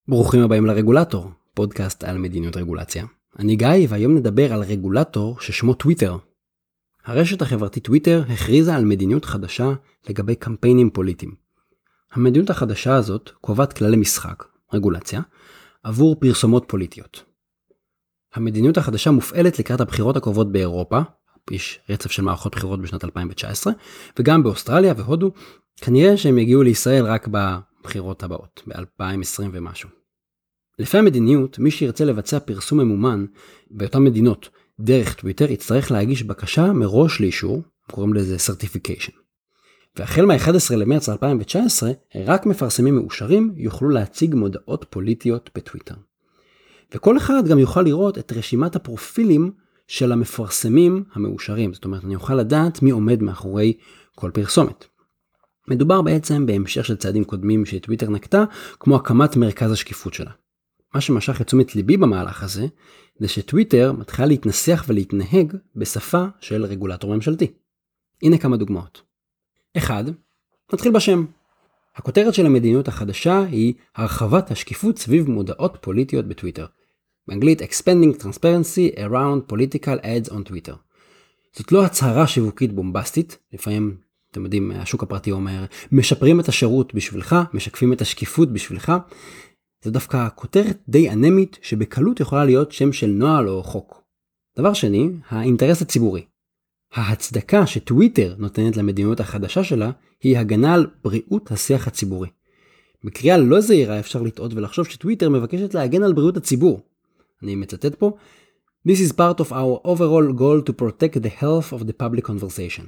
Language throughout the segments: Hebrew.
ברוכים הבאים לרגולטור, פודקאסט על מדיניות רגולציה. אני גיא, והיום נדבר על רגולטור ששמו טוויטר. הרשת החברתית טוויטר הכריזה על מדיניות חדשה לגבי קמפיינים פוליטיים. המדיניות החדשה הזאת קובעת כללי משחק, רגולציה, עבור פרסומות פוליטיות. המדיניות החדשה מופעלת לקראת הבחירות הקרובות באירופה, יש רצף של מערכות בחירות בשנת 2019, וגם באוסטרליה והודו, כנראה שהם יגיעו לישראל רק בבחירות הבאות, ב-2020 ומשהו. לפי המדיניות, מי שירצה לבצע פרסום ממומן באותן מדינות דרך טוויטר יצטרך להגיש בקשה מראש לאישור, קוראים לזה certification. והחל מה-11 למרץ 2019, רק מפרסמים מאושרים יוכלו להציג מודעות פוליטיות בטוויטר. וכל אחד גם יוכל לראות את רשימת הפרופילים של המפרסמים המאושרים. זאת אומרת, אני יוכל לדעת מי עומד מאחורי כל פרסומת. מדובר בעצם בהמשך של צעדים קודמים שטוויטר נקטה, כמו הקמת מרכז השקיפות שלה. מה שמשך את תשומת ליבי במהלך הזה, זה שטוויטר מתחילה להתנסח ולהתנהג בשפה של רגולטור ממשלתי. הנה כמה דוגמאות. 1. נתחיל בשם. הכותרת של המדיניות החדשה היא הרחבת השקיפות סביב מודעות פוליטיות בטוויטר. באנגלית Expanding Transparency Around Political Ads on Twitter. זאת לא הצהרה שיווקית בומבסטית, לפעמים אתם יודעים, השוק הפרטי אומר, משפרים את השירות בשבילך, משקפים את השקיפות בשבילך. זו דווקא כותרת די אנמית שבקלות יכולה להיות שם של נוהל או חוק. דבר שני, האינטרס הציבורי. ההצדקה שטוויטר נותנת למדיניות החדשה שלה היא הגנה על בריאות השיח הציבורי. בקריאה לא זהירה אפשר לטעות ולחשוב שטוויטר מבקשת להגן על בריאות הציבור. אני מצטט פה, This is part of our overall goal to protect the health of the public conversation.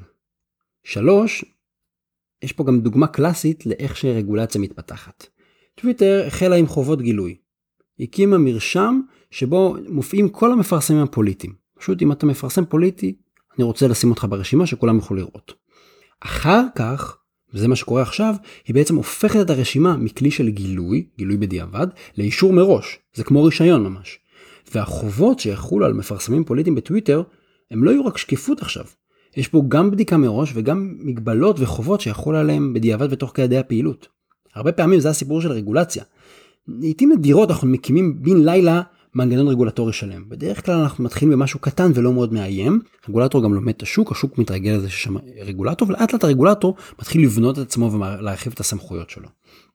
3. יש פה גם דוגמה קלאסית לאיך שרגולציה מתפתחת. טוויטר החלה עם חובות גילוי. הקימה מרשם שבו מופיעים כל המפרסמים הפוליטיים. פשוט אם אתה מפרסם פוליטי, אני רוצה לשים אותך ברשימה שכולם יוכלו לראות. אחר כך, וזה מה שקורה עכשיו, היא בעצם הופכת את הרשימה מכלי של גילוי בדיעבד, לאישור מראש. זה כמו רישיון ממש. והחובות שיחולו על מפרסמים פוליטיים בטוויטר, הם לא יהיו רק שקיפות עכשיו. יש פה גם בדיקה מראש וגם מגבלות וחובות שיחולו עליהם בדיעבד ותוך כדי הפעילות. הרבה פעמים זה הסיפור של רגולציה. לעתים נדירות אנחנו מקימים בין לילה מנגנון רגולטורי שלם. בדרך כלל אנחנו מתחילים במשהו קטן ולא מאוד מאיים. רגולטור גם לומד את השוק מתרגל לזה ששם רגולטור, ולאט לאט הרגולטור מתחיל לבנות את עצמו ולהרחיב את הסמכויות שלו.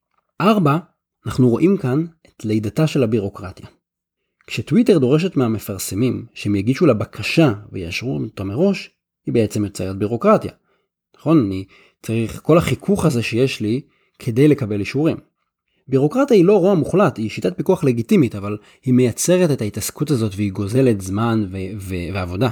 4. אנחנו רואים כאן את לידתה של הבירוקרטיה. כשטוויטר דורשת מהמפרסמים שהם יגישו לה בקשה ויאשרו אותה מראש, היא בעצם יוצרת בירוקרטיה. נכון? אני צריך כל החיכוך הזה שיש לי כדי לקבל אישורים. בירוקרטיה היא לא רוע מוחלט, היא שיטת פיקוח לגיטימית, אבל היא מייצרת את ההתעסקות הזאת והיא גוזלת זמן ועבודה.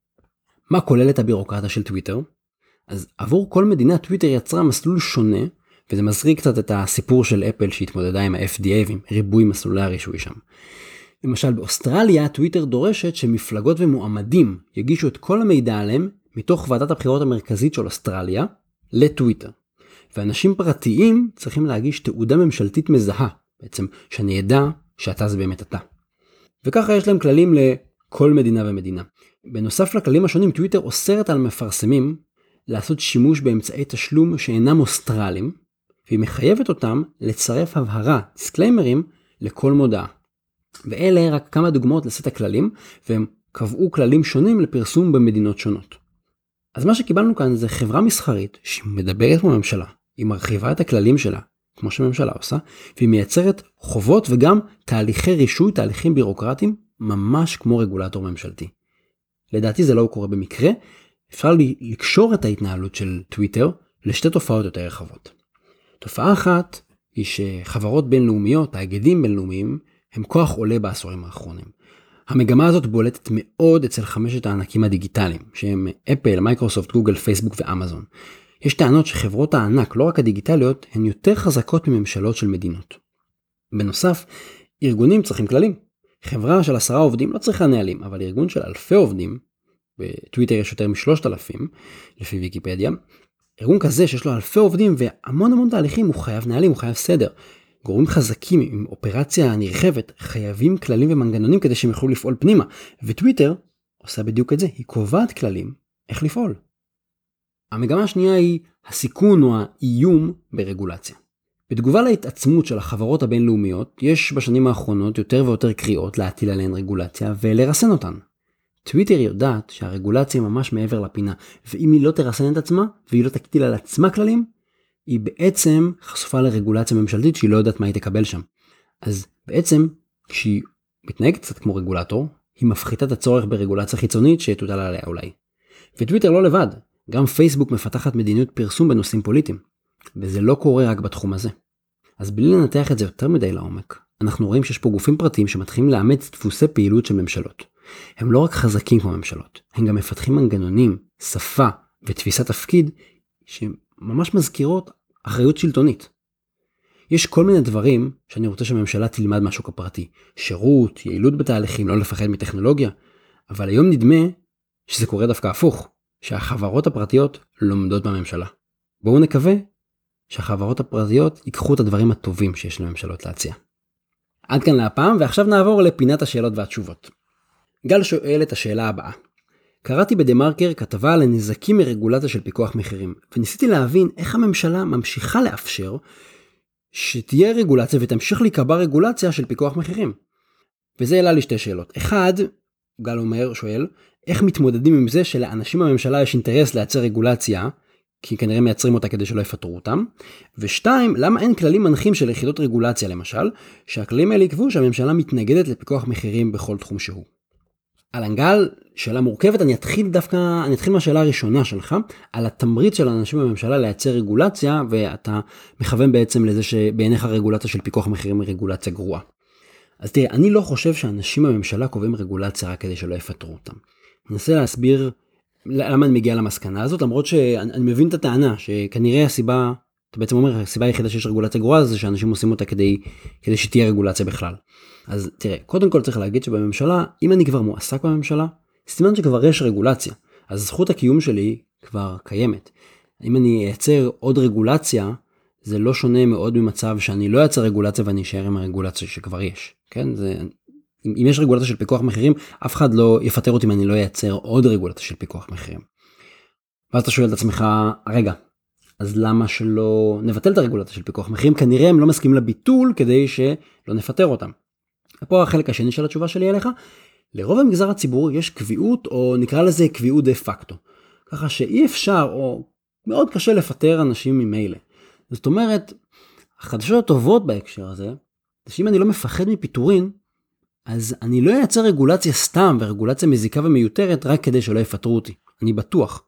מה כוללת הבירוקרטיה של טוויטר? אז עבור כל מדינה טוויטר יצרה מסלול שונה, וזה מזכיר קצת את הסיפור של אפל שהתמודדה עם ה-FDA ועם ריבוי מסלולי הרישוי שם. למשל באוסטרליה טוויטר דורשת שמפלגות ומועמדים יגישו את כל המידע עליהם מתוך ועדת הבחירות המרכזית של אוסטרליה לטוויטר. ואנשים פרטיים צריכים להגיש תעודה ממשלתית מזהה, בעצם שאני אדע שאתה זה באמת אתה. וככה יש להם כללים לכל מדינה ומדינה. בנוסף לכללים השונים, טוויטר אוסרת על מפרסמים לעשות שימוש באמצעי תשלום שאינם אוסטרליים, והיא מחייבת אותם לצרף הבהרה, דיסקליימרים, לכל מודעה. ואלה רק כמה דוגמאות לסט הכללים, והם קבעו כללים שונים לפרסום במדינות שונות. אז מה שקיבלנו כאן זה חברה מסחרית שמדברת כמו ממשלה, היא מרחיבה את הכללים שלה, כמו שממשלה עושה, והיא מייצרת חובות וגם תהליכי רישוי, תהליכים בירוקרטיים, ממש כמו רגולטור ממשלתי. לדעתי זה לא קורה במקרה, אפשר לקשור את ההתנהלות של טוויטר לשתי תופעות יותר רחבות. תופעה אחת היא שחברות בינלאומיות, תאגידים בינלאומיים, הם כוח עולה בעשורים האחרונים. המגמה הזאת בולטת מאוד אצל 5 הענקים הדיגיטליים, שהם אפל, מייקרוסופט, גוגל, פייסבוק ואמזון. יש טענות שחברות הענק, לא רק הדיגיטליות, הן יותר חזקות מממשלות של מדינות. בנוסף, ארגונים צריכים כללים. חברה של 10 עובדים לא צריכה נהלים, אבל ארגון של אלפי עובדים, בטוויטר יש יותר מ3,000, לפי ויקיפדיה, ארגון כזה שיש לו אלפי עובדים והמון תהליכים, הוא חייב נהלים, הוא חייב סדר. גורמים חזקים עם אופרציה נרחבת חייבים כללים ומנגנונים כדי שהם יוכלו לפעול פנימה. וטוויטר עושה בדיוק את זה, היא קובעת כללים איך לפעול. המגמה השנייה היא הסיכון או האיום ברגולציה. בתגובה להתעצמות של החברות הבינלאומיות, יש בשנים האחרונות יותר ויותר קריאות להטיל עליהן רגולציה ולרסן אותן. טוויטר יודעת שהרגולציה ממש מעבר לפינה, ואם היא לא תרסן את עצמה, והיא לא תטיל על עצמה כללים, היא בעצם חשופה לרגולציה ממשלתית שהיא לא יודעת מה היא תקבל שם. אז בעצם, כשהיא מתנהגת קצת כמו רגולטור, היא מפחיתה את הצורך ברגולציה חיצונית שתוטל עליה אולי. וטוויטר לא לבד, גם פייסבוק מפתחת מדיניות פרסום בנושאים פוליטיים, וזה לא קורה רק בתחום הזה. אז בלי לנתח את זה יותר מדי לעומק, אנחנו רואים שיש פה גופים פרטיים שמתחילים לאמץ דפוסי פעילות של ממשלות. הם לא רק חזקים כמו ממשלות, הם גם מפתחים מנגנונים, שפה ותפיסת תפקיד שממש מזכירות אחריות שלטונית. יש כל מיני דברים שאני רוצה שהממשלה תלמד משהו כפרטי, שירות, יעילות בתהליכים, לא לפחד מטכנולוגיה, אבל היום נדמה שזה קורה דווקא הפוך, שהחברות הפרטיות לומדות בממשלה. בואו נקווה שהחברות הפרטיות ייקחו את הדברים הטובים שיש לממשלות להציע. עד כאן להפעם, ועכשיו נעבור לפינת השאלות והתשובות. גל שואל את השאלה הבאה. קראתי בדמרקר כתבה על הנזקים מרגולציה של פיקוח מחירים, וניסיתי להבין איך הממשלה ממשיכה לאפשר שתהיה רגולציה ותמשיך להיקבע רגולציה של פיקוח מחירים. וזה העלה לי שתי שאלות. אחד, גל שואל, איך מתמודדים עם זה שלאנשים בממשלה יש אינטרס לייצר רגולציה, כי כנראה מייצרים אותה כדי שלא יפטרו אותם. ושתיים, למה אין כללים מנחים של יחידות רגולציה למשל, שהכללים האלה יקבעו שהממשלה מתנגדת לפיקוח מחירים בכל תחום שהוא. על גל, שאלה מורכבת, אני אתחיל מהשאלה הראשונה שלך, על התמריץ של האנשים בממשלה לייצר רגולציה, ואתה מכוון בעצם לזה שבעיניך רגולציה של פיקוח מחירים היא רגולציה גרועה. אז תראה, אני לא חושב שאנשים בממשלה קובעים רגולציה רק כדי שלא יפטרו אותם. אני אנסה להסביר למה אני מגיע למסקנה הזאת, למרות שאני מבין את הטענה, שכנראה הסיבה, אתה בעצם אומר, הסיבה היחידה שיש רגולציה גרועה, זה שאנשים עושים אותה כדי שתהיה רגולציה בכלל. אז תראה, קודם כל צריך להגיד שבממשלה, אם אני כבר מועסק בממשלה, סימן שכבר יש רגולציה, אז זכות הקיום שלי כבר קיימת. אם אני אייצר עוד רגולציה, זה לא שונה מאוד ממצב שאני לא אייצר רגולציה ואני אשאר עם הרגולציה שכבר יש. כן? אם יש רגולציה של פיקוח מחירים, אף אחד לא יפטר אותי אם אני לא אייצר עוד רגולציה של פיקוח מחירים. ואז אתה שואל את עצמך, רגע, אז למה שלא נבטל את הרגולציה של פיקוח מחירים? כנראה הם לא מסכימים לביטול כדי שלא נפטר אותם. פה החלק השני של התשובה שלי אליך, לרוב המגזר הציבורי יש קביעות, או נקרא לזה קביעות דה פקטו. ככה שאי אפשר, או מאוד קשה לפטר אנשים ממילא. זאת אומרת, החדשות הטובות בהקשר הזה, זה שאם אני לא מפחד מפיטורין, אז אני לא אייצר רגולציה סתם, ורגולציה מזיקה ומיותרת, רק כדי שלא יפטרו אותי. אני בטוח.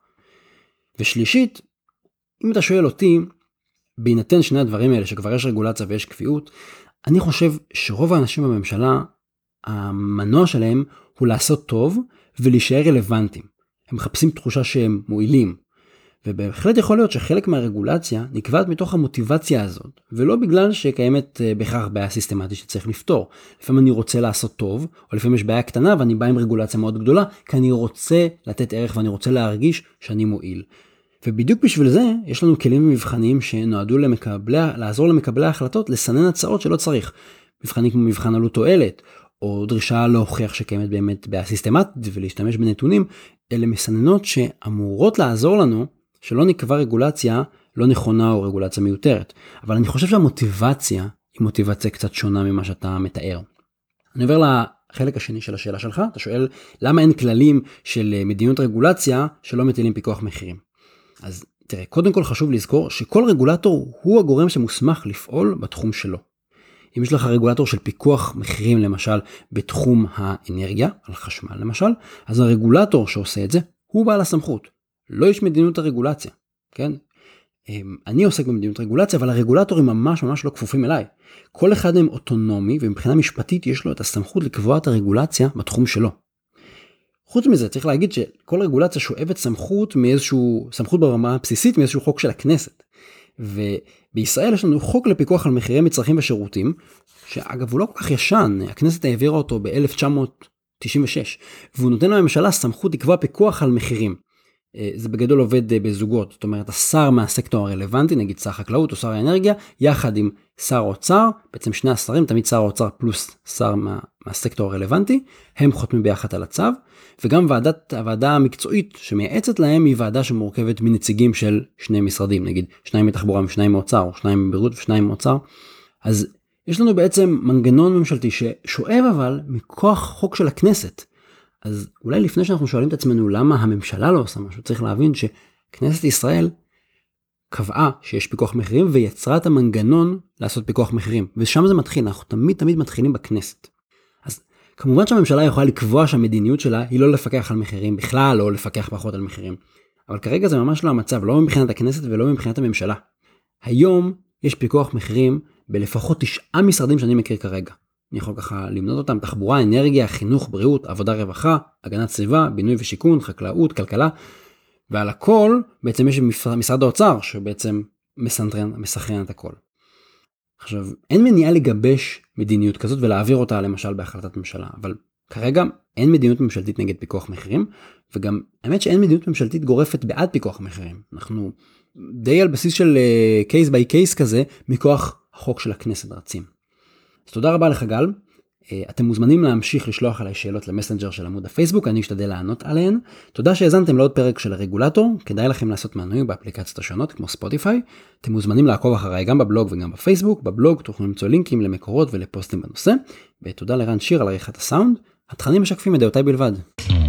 ושלישית, אם אתה שואל אותי, בהינתן שני הדברים האלה, שכבר יש רגולציה ויש קביעות, אני חושב שרוב האנשים בממשלה, המנוע שלהם הוא לעשות טוב ולהישאר רלוונטיים. הם מחפשים תחושה שהם מועילים. ובהחלט יכול להיות שחלק מהרגולציה נקבעת מתוך המוטיבציה הזאת, ולא בגלל שקיימת בהכרח בעיה סיסטמטית שצריך לפתור. לפעמים אני רוצה לעשות טוב, או לפעמים יש בעיה קטנה ואני בא עם רגולציה מאוד גדולה, כי אני רוצה לתת ערך ואני רוצה להרגיש שאני מועיל. ובדיוק בשביל זה יש לנו כלים ומבחנים שנועדו לעזור למקבלי ההחלטות לסנן הצעות שלא צריך. מבחנים כמו מבחן עלות תועלת, או דרישה להוכיח שקיימת באמת בעיה סיסטמטית ולהשתמש בנתונים, אלה מסננות שאמורות לעזור לנו שלא נקבע רגולציה לא נכונה או רגולציה מיותרת. אבל אני חושב שהמוטיבציה היא מוטיבציה קצת שונה ממה שאתה מתאר. אני עובר לחלק השני של השאלה שלך, אתה שואל למה אין כללים של מדיניות רגולציה שלא מטילים פיקוח מחירים. אז תראה, קודם כל חשוב לזכור שכל רגולטור הוא הגורם שמוסמך לפעול בתחום שלו. אם יש לך רגולטור של פיקוח מחירים למשל בתחום האנרגיה, על חשמל למשל, אז הרגולטור שעושה את זה הוא בעל הסמכות. לא יש מדיניות הרגולציה, כן? אני עוסק במדיניות רגולציה, אבל הרגולטורים ממש לא כפופים אליי. כל אחד מהם אוטונומי, ומבחינה משפטית יש לו את הסמכות לקבוע את הרגולציה בתחום שלו. חוץ מזה, צריך להגיד שכל רגולציה שואבת סמכות ברמה הבסיסית מאיזשהו חוק של הכנסת. ובישראל יש לנו חוק לפיקוח על מחירי מצרכים ושירותים, שאגב הוא לא כל כך ישן, הכנסת העבירה אותו ב-1996, והוא נותן לממשלה סמכות לקבוע פיקוח על מחירים. זה בגדול עובד בזוגות, זאת אומרת השר מהסקטור הרלוונטי, נגיד שר חקלאות או שר האנרגיה, יחד עם שר האוצר, בעצם שני השרים, תמיד שר האוצר פלוס שר מהסקטור הרלוונטי, הם חותמים ביחד על הצו, וגם הוועדה המקצועית שמייעצת להם היא ועדה שמורכבת מנציגים של שני משרדים, נגיד שניים מתחבורה ושניים מאוצר, או שניים מבריאות ושניים מאוצר, אז יש לנו בעצם מנגנון ממשלתי ששואב אבל מכוח חוק של הכנסת. אז אולי לפני שאנחנו שואלים את עצמנו למה הממשלה לא עושה משהו, צריך להבין שכנסת ישראל קבעה שיש פיקוח מחירים ויצרה את המנגנון לעשות פיקוח מחירים. ושם זה מתחיל, אנחנו תמיד מתחילים בכנסת. אז כמובן שהממשלה יכולה לקבוע שהמדיניות שלה היא לא לפקח על מחירים, בכלל לא לפקח פחות על מחירים. אבל כרגע זה ממש לא המצב, לא מבחינת הכנסת ולא מבחינת הממשלה. היום יש פיקוח מחירים בלפחות 9 משרדים שאני מכיר כרגע. אני יכול ככה למנות אותם, תחבורה, אנרגיה, חינוך, בריאות, עבודה, רווחה, הגנת סביבה, בינוי ושיכון, חקלאות, כלכלה, ועל הכל בעצם יש משרד האוצר שבעצם מסנכרן את הכל. עכשיו, אין מניעה לגבש מדיניות כזאת ולהעביר אותה למשל בהחלטת ממשלה, אבל כרגע אין מדיניות ממשלתית נגד פיקוח מחירים, וגם האמת שאין מדיניות ממשלתית גורפת בעד פיקוח מחירים. אנחנו די על בסיס של קייס ביי קייס כזה, מכוח החוק של הכנסת רצים. אז תודה רבה לך גל, אתם מוזמנים להמשיך לשלוח עליי שאלות למסנג'ר של עמוד הפייסבוק, אני אשתדל לענות עליהן. תודה שהאזנתם לעוד פרק של הרגולטור, כדאי לכם לעשות מנוי באפליקציות השונות כמו ספוטיפיי, אתם מוזמנים לעקוב אחריי גם בבלוג וגם בפייסבוק, בבלוג תוכלו למצוא לינקים למקורות ולפוסטים בנושא, ותודה לרן שיר על עריכת הסאונד, התכנים משקפים את דעותיי בלבד.